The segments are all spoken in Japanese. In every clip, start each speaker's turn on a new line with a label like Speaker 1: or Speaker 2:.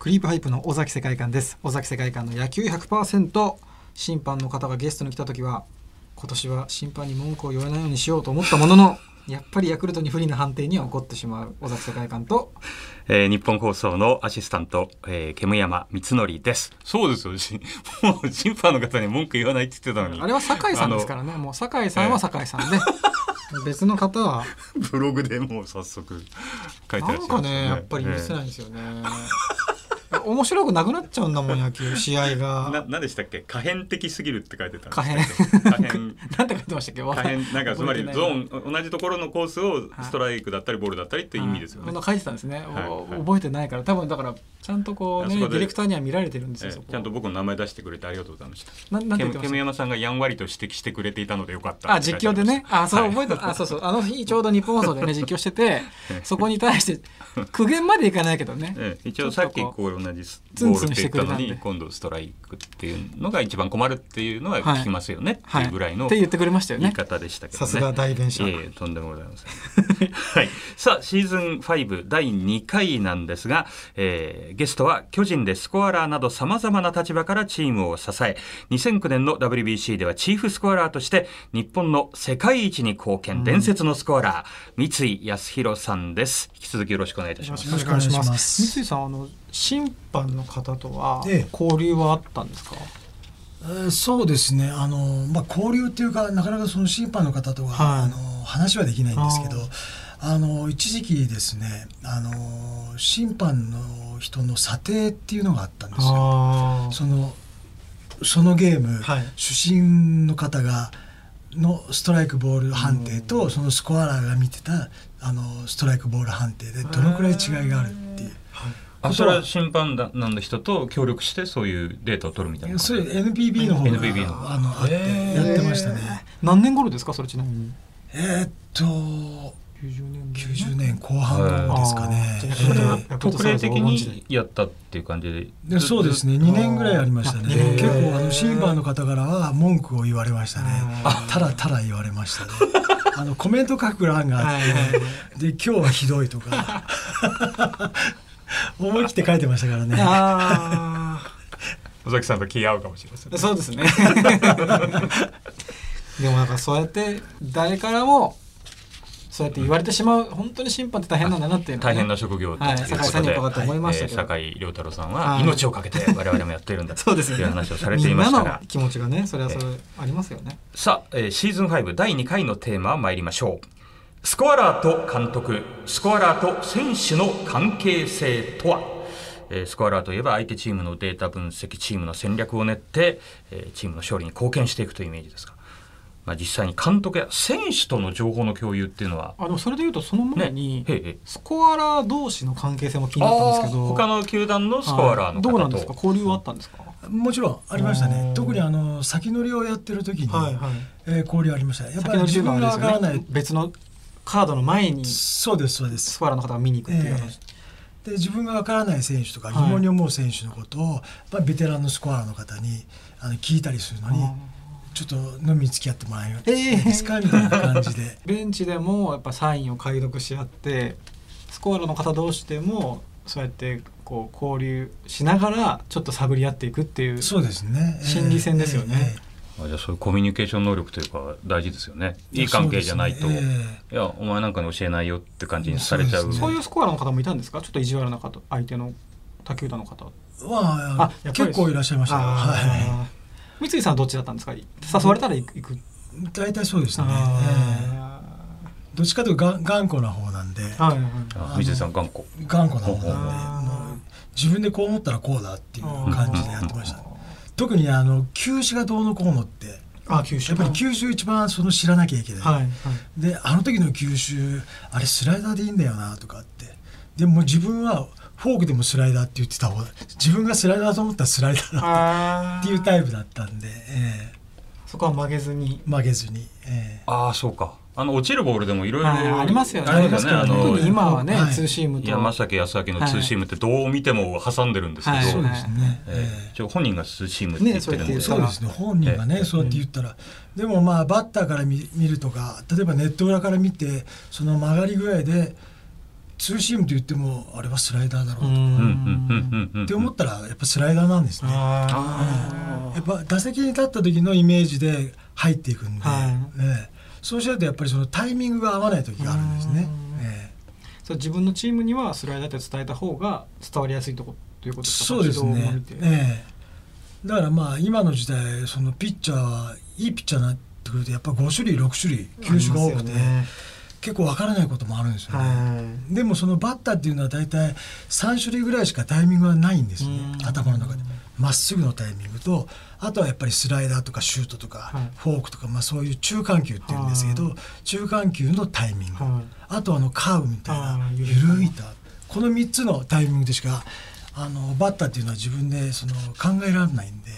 Speaker 1: クリープハイプの尾崎世界観です。尾崎世界観の野球 100%。 審判の方がゲストに来た時は今年は審判に文句を言わないようにしようと思ったもののやっぱりヤクルトに不利な判定には怒ってしまう尾崎世界観と、
Speaker 2: 日本放送のアシスタント、煙山光則です。そうですよ、もう審判の方に文句言わないって言ってたのに、
Speaker 1: あれは酒井さんですからね。もう酒井さんは酒井さんで、別の方は
Speaker 2: ブログでもう早速書いてらっしゃいますね。
Speaker 1: なんかね、やっぱり許せないんですよね。面白くなくなっちゃうんだもん、野球試合が。
Speaker 2: 何でしたっけ、可変的すぎるって書いてたんです
Speaker 1: 可変なんて書いてましたっけ。
Speaker 2: 可変、なんかつまりゾーン、同じところのコースをストライクだったりボールだったりっていう意味ですよね。
Speaker 1: 書いてたんですね、覚えてないから。多分だからちゃんとこうね、ディレクターには見られてるんですよ、そこ
Speaker 2: ちゃんと僕の名前出してくれてありがとうございました。
Speaker 1: なんて言ってました。
Speaker 2: 煙山さんがやんわりと指摘してくれていたのでよかった。
Speaker 1: 実況でね、そう覚えてた。そうそう、あの日ちょうど日本放送でね実況しててそこに対して苦言までいかないけどね、
Speaker 2: 一応さっきこう同じボールって言ったのに今度ストライクっていうのが一番困るっていうのは聞きますよね、っていうぐらいの
Speaker 1: って言ってくれましたよね。
Speaker 2: 言い方でしたけどね。
Speaker 1: さすが代弁者。
Speaker 2: とんでもございません。はい、さあシーズン5第2回なんですが、ゲストは巨人でスコアラーなどさまざまな立場からチームを支え、2009年の WBC ではチーフスコアラーとして日本の世界一に貢献、伝説のスコアラー三井康弘さんです。引き続きよろしくお願いいたします。
Speaker 1: よろしくお願いします。三井さん、審判の方とは交流はあったんですか。
Speaker 3: そうですね、交流っていうかなかなかその審判の方とは、話はできないんですけど、一時期ですね、審判の人の査定っていうのがあったんですよ。そのゲーム、主審の方がのストライクボール判定とそのスコアラーが見てたストライクボール判定でどのくらい違いがあるっていう。
Speaker 2: それは審判団の人と協力してそういうデータを取るみたいな。
Speaker 3: それ NPB の方があってやってましたね。
Speaker 1: 何年頃ですか、それちなみに。
Speaker 3: 90年後半ですかね。
Speaker 2: 特例的にやったっていう感じ
Speaker 3: で。そうですね、2年ぐらいありましたね。結構審判の方からは文句を言われましたね。たらたら言われましたね。コメント書く欄があって、で今日はひどいとか思い切って書いてましたからね。
Speaker 2: 尾崎さんと気合うかもしれません。
Speaker 1: そうですね。でもなんかそうやって誰からもそうやって言われてしまう、本当に審判って大変なんだなっていうの、
Speaker 2: 大変な職業ということで、
Speaker 1: 酒井さんに伺って思いましたけど、
Speaker 2: 酒井亮太郎さんは命をかけて我々もやっているんだという話をされていま
Speaker 1: みんな
Speaker 2: したが、
Speaker 1: の気持ちがね、それはそれありますよね。
Speaker 2: さあ、シーズン5第2回のテーマは参りましょう。スコアラーと監督、スコアラーと選手の関係性とは。スコアラーといえば相手チームのデータ分析、チームの戦略を練って、チームの勝利に貢献していくというイメージですが、実際に監督や選手との情報の共有っていうのは、
Speaker 1: でもそれでいうとその前に、スコアラー同士の関係性も気になったんですけど、
Speaker 2: 他の球団のスコアラーの方と、
Speaker 1: どうなんですか、交流はあったんですか。
Speaker 3: もちろんありましたね。特に先乗りをやってる時に、交流ありましたね。やっぱり自分がわからない、
Speaker 1: 別のカードの前に
Speaker 3: そうです
Speaker 1: スコアラーの方が見に行くっていう話、
Speaker 3: で自分がわからない選手とか疑問に思う選手のことを、ベテランのスコアラーの方に聞いたりするのに、ちょっと飲みに付き合ってもらえないですかみたいな感じで
Speaker 1: ベンチでもやっぱサインを解読し合って、スコアラーの方同士でもそうやってこう交流しながらちょっと探り合っていくっていう、
Speaker 3: そうですね、
Speaker 1: 心理戦ですよね。
Speaker 2: じゃあそういうコミュニケーション能力というか大事ですよね。いい関係じゃないと、いやお前なんかに教えないよって感じにされちゃう。
Speaker 1: そういうスコアラーの方もいたんですか。ちょっと意地悪な方、相手の他球団の方
Speaker 3: は結構いらっしゃいました。
Speaker 1: 三井さんはどっちだったんですか。誘われたら行く。
Speaker 3: 大体そうですね。どっちかというと頑固な方なんで、
Speaker 2: 三井さん頑固
Speaker 3: な方なんで、自分でこう思ったらこうだっていう感じでやってました。特に球種がどうのこうのって、やっぱり球種一番知らなきゃいけない、であの時の球種あれスライダーでいいんだよなとかって、でも自分はフォークでもスライダーって言ってた方が、自分がスライダーと思ったらスライダーだっていうタイプだったんで、
Speaker 1: そこは曲げずに、
Speaker 2: そうか。落ちるボールでもいろいろ
Speaker 1: ありますよね。特に今はね、ツーシームと
Speaker 2: 山崎康明のツーシームってどう見ても挟んでるんですけど、
Speaker 3: そうですね。
Speaker 2: 本人がツーシームって言ってるんで、
Speaker 3: そうですね。本人がねそうやって言ったら、でもバッターから見るとか、例えばネット裏から見てその曲がり具合でツーシームと言ってもあれはスライダーだろうとって思ったらやっぱスライダーなんですね。やっぱ打席に立った時のイメージで入っていくんで、そうしないとやっぱりそのタイミングが合わない時があるんですね。
Speaker 1: そう自分のチームにはスライダーって伝えた方が伝わりやすいということですか？
Speaker 3: そうですね。だからまあ今の時代そのピッチャーはいいピッチャーになってくるとやっぱ5種類6種類球種が多くて、結構分からないこともあるんですよね。でもそのバッターっていうのは大体3種類ぐらいしかタイミングはないんですね、頭の中で。まっすぐのタイミングと、あとはやっぱりスライダーとかシュートとかフォークとか、まあそういう中間球っていうんですけど、中間球のタイミング、あとカーブみたいな緩い球、この3つのタイミングでしかバッターっていうのは自分でその考えられないんで、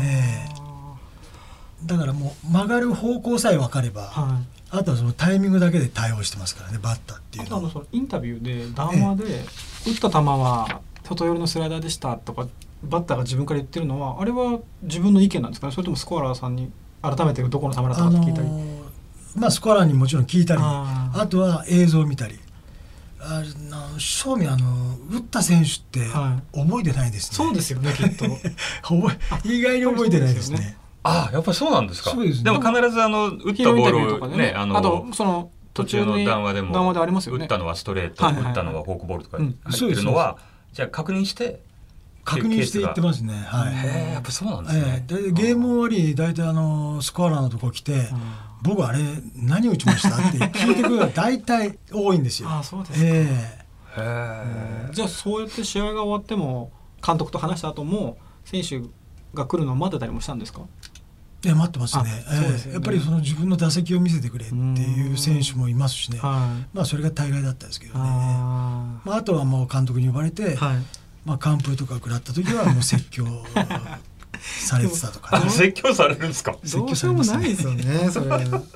Speaker 3: だからもう曲がる方向さえ分かれば、あとはそのタイミングだけで対応してますからね、バッターっていうのは。
Speaker 1: そのインタビューで談話で、打った球は外寄りのスライダーでしたとかバッターが自分から言ってるのは、あれは自分の意見なんですかね、それともスコアラーさんに改めてどこの球だったか聞いたり、
Speaker 3: まあスコアラーにもちろん聞いたり、あとは映像を見たり、正味打った選手って覚えてないですね。
Speaker 1: そうですよね、きっと
Speaker 3: 意外に覚えてないですね。
Speaker 2: やっぱりそうなんですか。でも必ず打ったボールね、あとその途中の談話でも打ったのはストレート、打ったのはフォークボールとか入ってるのは、じゃあ確認して
Speaker 3: いってますね。
Speaker 2: やっぱそうなんですね。
Speaker 3: ゲーム終わり大体スコアラーのとこ来て、僕あれ何打ちましたって聞いてくるのが大体多いんですよ。
Speaker 1: そうですか。じゃあそうやって試合が終わっても監督と話した後も選手が来るのを待ってたりもしたんですか？
Speaker 3: 待ってますね。やっぱりその自分の打席を見せてくれっていう選手もいますしね、まあそれが大概だったんですけどね。あとはもう監督に呼ばれて、完封とか食らった時はもう説教されてたとか、
Speaker 2: ね、説教されるんですか？
Speaker 1: どうしようもないですよねそれ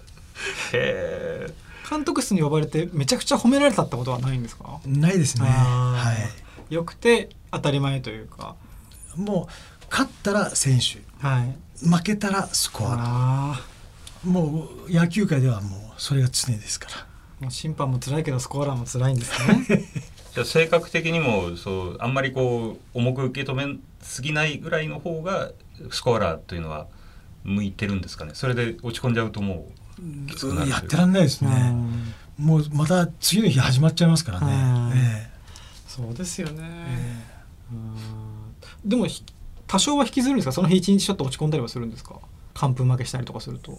Speaker 1: 監督室に呼ばれてめちゃくちゃ褒められたってことはないんですか？
Speaker 3: ないですね。
Speaker 1: よくて当たり前というか、
Speaker 3: もう勝ったら選手、負けたらスコア、もう野球界ではもうそれが常ですから。
Speaker 1: もう審判も辛いけどスコアラーも辛いんですね
Speaker 2: じゃあ性格的にもあんまり重く受け止めすぎないぐらいの方がスコアラーというのは向いてるんですかね。それで落ち込んじゃうともうきつくなる。
Speaker 3: やってらんないですね。もうまた次の日始まっちゃいますからね。
Speaker 1: そうですよね。でも多少は引きずるんですか？その日一日ちょっと落ち込んだりはするんですか？完封負けしたりとかすると。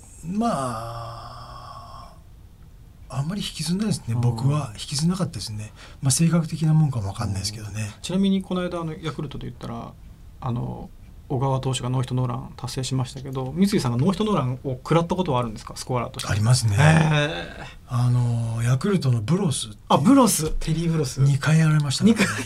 Speaker 3: あんまり引きずんないですね。僕は引きずんなかったですね。性格的なもんかも分かんないですけどね。
Speaker 1: ちなみにこの間ヤクルトで言ったら小川投手がノーヒットノーラン達成しましたけど、三井さんがノーヒットノーランを食らったことはあるんですか？スコアラーとして。
Speaker 3: ありますね。ヤクルトのブロス、
Speaker 1: テリー・ブロス
Speaker 3: 2回やられましたね。2回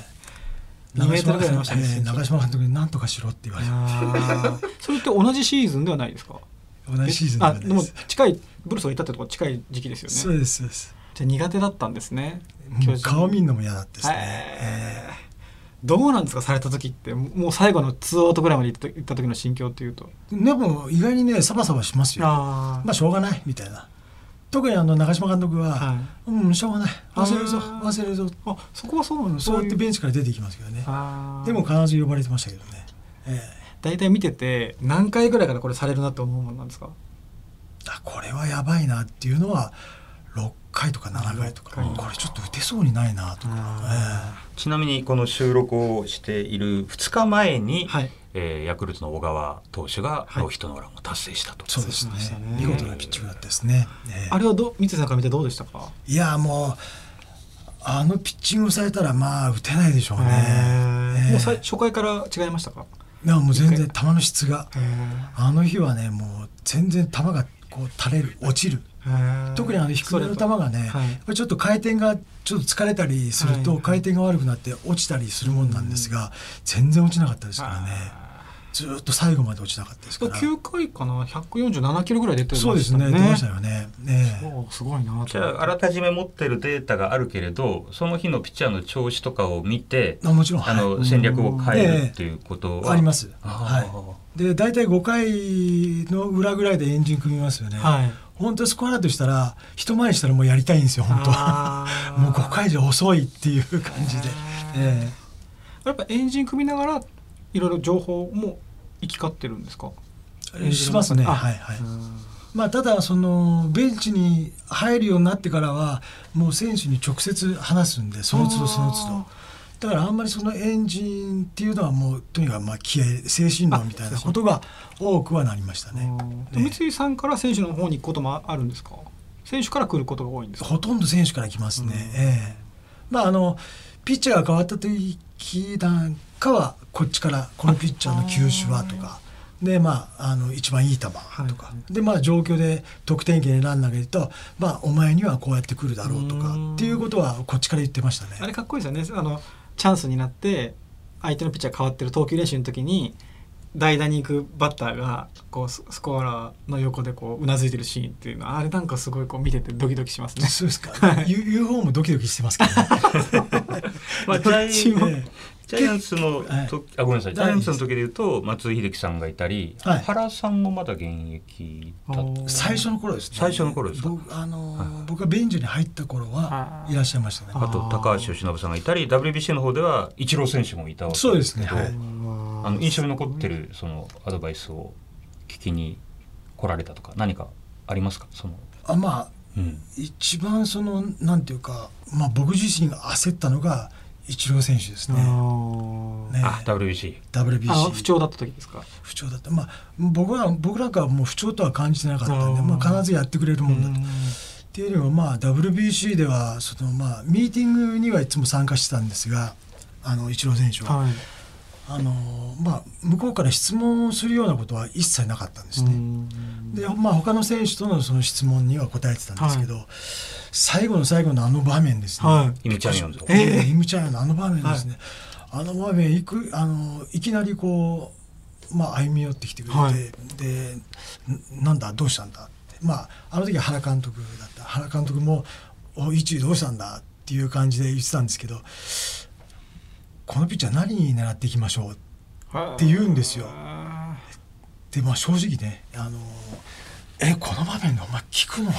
Speaker 1: 2メートルぐらいありましたね。
Speaker 3: 長嶋監督に何とかしろって言われて
Speaker 1: それって同じシーズンではないですか？
Speaker 3: 同じシーズンではないです。
Speaker 1: でも近い、ブルースがいたってところ近い時期ですよね。
Speaker 3: そうですそうです。
Speaker 1: じゃあ苦手だったんですね。
Speaker 3: 顔見んのも嫌だったですね。
Speaker 1: どうなんですか、された時って。もう最後の2アウトぐらいまで行った時の心境っていうと。
Speaker 3: でも意外にねサバサバしますよ。しょうがないみたいな。特に長嶋監督は、しょうがない忘れるぞ
Speaker 1: そこはそうなんです。
Speaker 3: そうやってベンチから出ていきますけどね。でも必ず呼ばれてましたけどね。
Speaker 1: 大体見てて何回ぐらいからこれされるなって思うものなんですか？
Speaker 3: これはやばいなっていうのは6回とか7回とか、これちょっと打てそうにないなとか。
Speaker 2: ちなみにこの収録をしている2日前に、ヤクルトの小川投手がノーヒットノーランを達成したと。
Speaker 3: そうですね。見事なピッチングだったですね。
Speaker 1: あれは三井さんから見てどうでしたか？
Speaker 3: いやもうピッチングされたら打てないでしょうね。
Speaker 1: もう初回から違いましたか？
Speaker 3: いやもう全然球の質が日はねもう全然球が垂れる落ちる。特に低めの球がね、ちょっと回転がちょっと疲れたりすると回転が悪くなって落ちたりするもんなんですが、全然落ちなかったですからね。ずっと最後まで落ちなかったですから。
Speaker 1: 9回かな、147キロぐらい出てましたね。
Speaker 3: そうですね、出ましたよね。
Speaker 1: すごいな。
Speaker 2: じゃああらかじめ持ってるデータがあるけれど、その日のピッチャーの調子とかを見て、
Speaker 3: もちろん
Speaker 2: 戦略を変えるっていうことは
Speaker 3: あります。で大体5回の裏ぐらいでエンジン組みますよね。 本当スコアラーとしたら一回りしたらもうやりたいんですよ本当はもう5回じゃ遅いっていう感じで、
Speaker 1: やっぱエンジン組みながらいろいろ情報も行き交ってるんですか？
Speaker 3: しますね。はいはい。まあ、ただそのベンチに入るようになってからはもう選手に直接話すんでその都度その都度だからあんまりそのエンジンっていうのはもうとにかくまあ気合精神論みたいなことが多くはなりましたね。
Speaker 1: 三井さんから選手の方に行くこともあるんですか？選手から来ることが多いんですか？
Speaker 3: ほとんど選手から来ますね。まあピッチャーが変わった時なんかはこっちからこのピッチャーの球種はとかでまあ一番いい球とか、でまあ状況で得点圏にランナーがいるとまあお前にはこうやって来るだろうとかっていうことはこっちから言ってましたね。
Speaker 1: あれかっこいいですよね。チャンスになって相手のピッチャー変わってる投球練習の時に代打に行くバッターがこうスコアラーの横でこううなずいてるシーンっていうのはあれなんかすごいこう見ててドキドキしますね。
Speaker 3: そうですか。言う方もドキドキしてますけどね。
Speaker 2: まあジャイアンツのごめんなさい。ジャイアンツの時でいうと松井秀喜さんがいたり、原さんもまだ現役だった。
Speaker 3: 最初の頃ですね。
Speaker 2: 最初の頃ですか。
Speaker 3: 僕がベンチに入った頃はいらっしゃいましたね。
Speaker 2: あと高橋由伸さんがいたり WBC の方ではイチロー選手もいたわけですけど、
Speaker 3: そうですね。
Speaker 2: 印象に残ってるそのアドバイスを聞きに来られたとか何かありますか？
Speaker 3: まあ、一番なんていうか、まあ、僕自身が焦ったのがイチロー選手ですね。
Speaker 2: WBC
Speaker 1: 不調だった時ですか？
Speaker 3: 不調だった。まあ僕なんかはもう不調とは感じてなかったんで、まあ、必ずやってくれるもんだと。っていうよりもまあ WBC ではまあミーティングにはいつも参加してたんですがイチロー選手は、まあ、向こうから質問をするようなことは一切なかったんですね。で、まあ、他の選手とのその質問には答えてたんですけど、最後の最後の場面ですね。
Speaker 2: イムチャイヨンと
Speaker 3: イムチャイヨンの場面ですね。場面いきなりこう、まあ、歩み寄ってきてくれて、でなんだどうしたんだって、まあ、時は原監督だった。原監督もイチどうしたんだっていう感じで言ってたんですけど、このピッチャー何に狙っていきましょうって言うんですよ。で、まあ、正直ねこの場面でお前聞くのは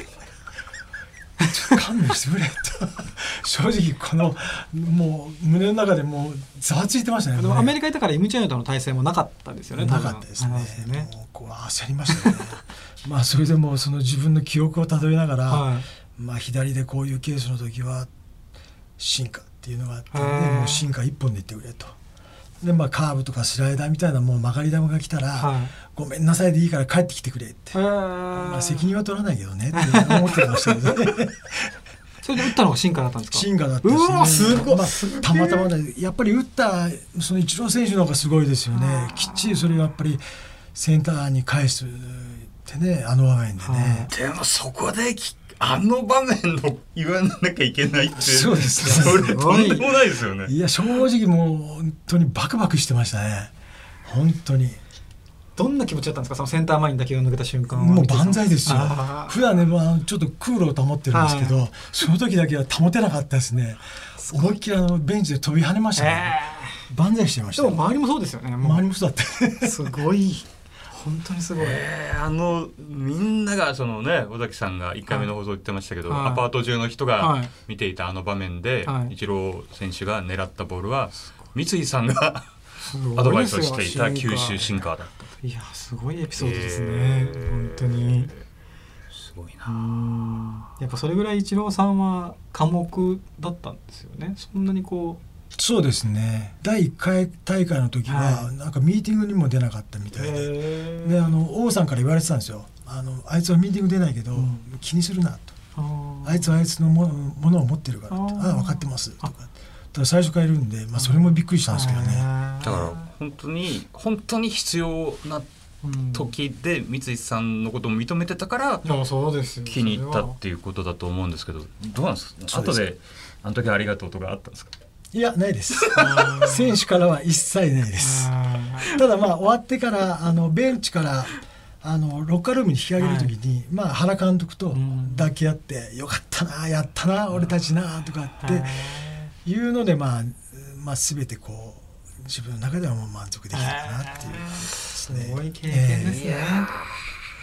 Speaker 3: ちょっと勘弁してくれと正直もう胸の中でもうざわついてましたね。
Speaker 1: でもアメリカいたからイムチャイヨンとの対戦もなかったですよね。
Speaker 3: なかったですね。もうこう焦りましたね。まあそれでも自分の記憶をたどりながら、まあ、左でこういうケースの時はシンカーっていうのがあって、もうシンカー一本でいってくれと。で、まあ、カーブとかスライダーみたいなもう曲がり球が来たら、ごめんなさいでいいから帰ってきてくれって、まあ、責任は取らないけどねって思ってましたけどね。
Speaker 1: それで打ったのがシンカーだったんですか？
Speaker 3: シンカーだったですね。すごい、まあ、たまたまやっぱり打ったイチロー選手の方がすごいですよね。きっちりそれをやっぱりセンターに返すってね、場面でね。
Speaker 2: でもそこで場面の言わなきゃいけないって、
Speaker 3: そうです
Speaker 2: ね、それとんでもないですよね。
Speaker 3: いや正直もう本当にバクバクしてましたね。本当に。
Speaker 1: どんな気持ちだったんですか？そのセンター前に打球が抜けた瞬間は。
Speaker 3: もう万歳ですよ。普段ね、ちょっとクールを保ってるんですけど、その時だけは保てなかったですね。思いっきりベンチで飛び跳ねましたね。万歳してました。
Speaker 1: でも周りもそうですよね。
Speaker 3: 周りもそうだった。
Speaker 1: すごい。本当にすごい。
Speaker 2: みんなが尾崎さんが1回目の放送言ってましたけど、アパート中の人が見ていた場面で、イチロー選手が狙ったボールは三井さんがアドバイスをしていた九州シンカーだった。
Speaker 1: いやすごいエピソードですね。本当に
Speaker 2: すごいな。
Speaker 1: やっぱそれぐらいイチローさんは寡黙だったんですよね。そんなに
Speaker 3: そうですね。第1回大会の時はなんかミーティングにも出なかったみたいで、王さんから言われてたんですよ。あいつはミーティング出ないけど、気にするなと。あいつはあいつのものを持ってるからと。分かってますとか。ただ最初からいるんで、まあ、それもびっくりしたんですけどね。
Speaker 2: だから本当に必要な時で三井さんのことも認めてたから気に入ったっていうことだと思うんですけど、どうなんですか？後であの時ありがとうとかあったんですか？
Speaker 3: いやないです。選手からは一切ないです。ただまあ終わってからベンチからロッカールームに引き上げる時に、まあ、原監督と抱き合ってよかったなやったな俺たちなとかっていうので、まあ全てこう自分の中ではもう満足できたかなっていう、
Speaker 1: すごい経験ですね。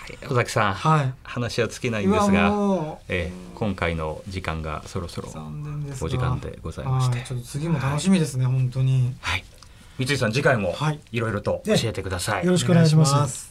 Speaker 2: 尾崎さん、
Speaker 1: はい、
Speaker 2: 話は尽きないんですが、
Speaker 1: もう
Speaker 2: 今回の時間がそろそろ
Speaker 1: 残念ですが
Speaker 2: お時間でございまして、
Speaker 1: ちょっと次も楽しみですね、本当に。
Speaker 2: はい、三井さん次回も
Speaker 1: はい
Speaker 2: いろいろと教えてください。
Speaker 3: よろしくお願いします。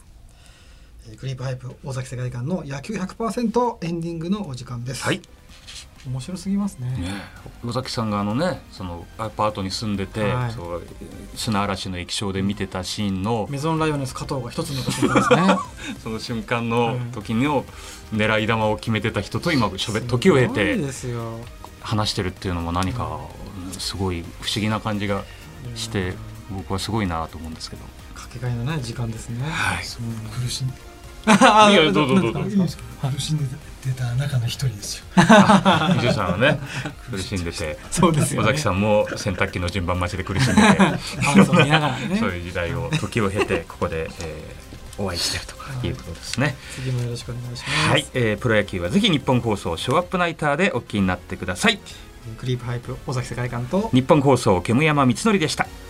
Speaker 1: クリープハイプ尾崎世界観の野球 100% エンディングのお時間です。
Speaker 2: はい、
Speaker 1: 面白すぎますね。
Speaker 2: 尾崎さんがそのアパートに住んでて、
Speaker 1: はい、
Speaker 2: そう砂嵐の液晶で見てたシーンの
Speaker 1: メゾンライオネス加藤が一つの瞬間ですね
Speaker 2: その瞬間の時の狙い球を決めてた人と今時を経て話してるっていうのも何かすごい不思議な感じがして、僕はすごいなと思うんですけど、
Speaker 1: かけがえのない時間ですね。
Speaker 2: はい、
Speaker 3: 苦しんで
Speaker 2: いやどうぞ
Speaker 3: 苦しんでた中の一人ですよ。
Speaker 2: 三井さんはね苦しんでて、
Speaker 1: そうですよね、
Speaker 2: 尾崎さんも洗濯機の順番待ちで苦しんでて
Speaker 1: そう見ながらね、
Speaker 2: そういう時代を時を経てここで、お会いしているということですね。
Speaker 1: 次もよろしくお願いします。
Speaker 2: はい、プロ野球はぜひ日本放送ショーアップナイターでお聞きになってください。
Speaker 1: クリープハイプ尾崎世界観と
Speaker 2: 日本放送煙山光則でした。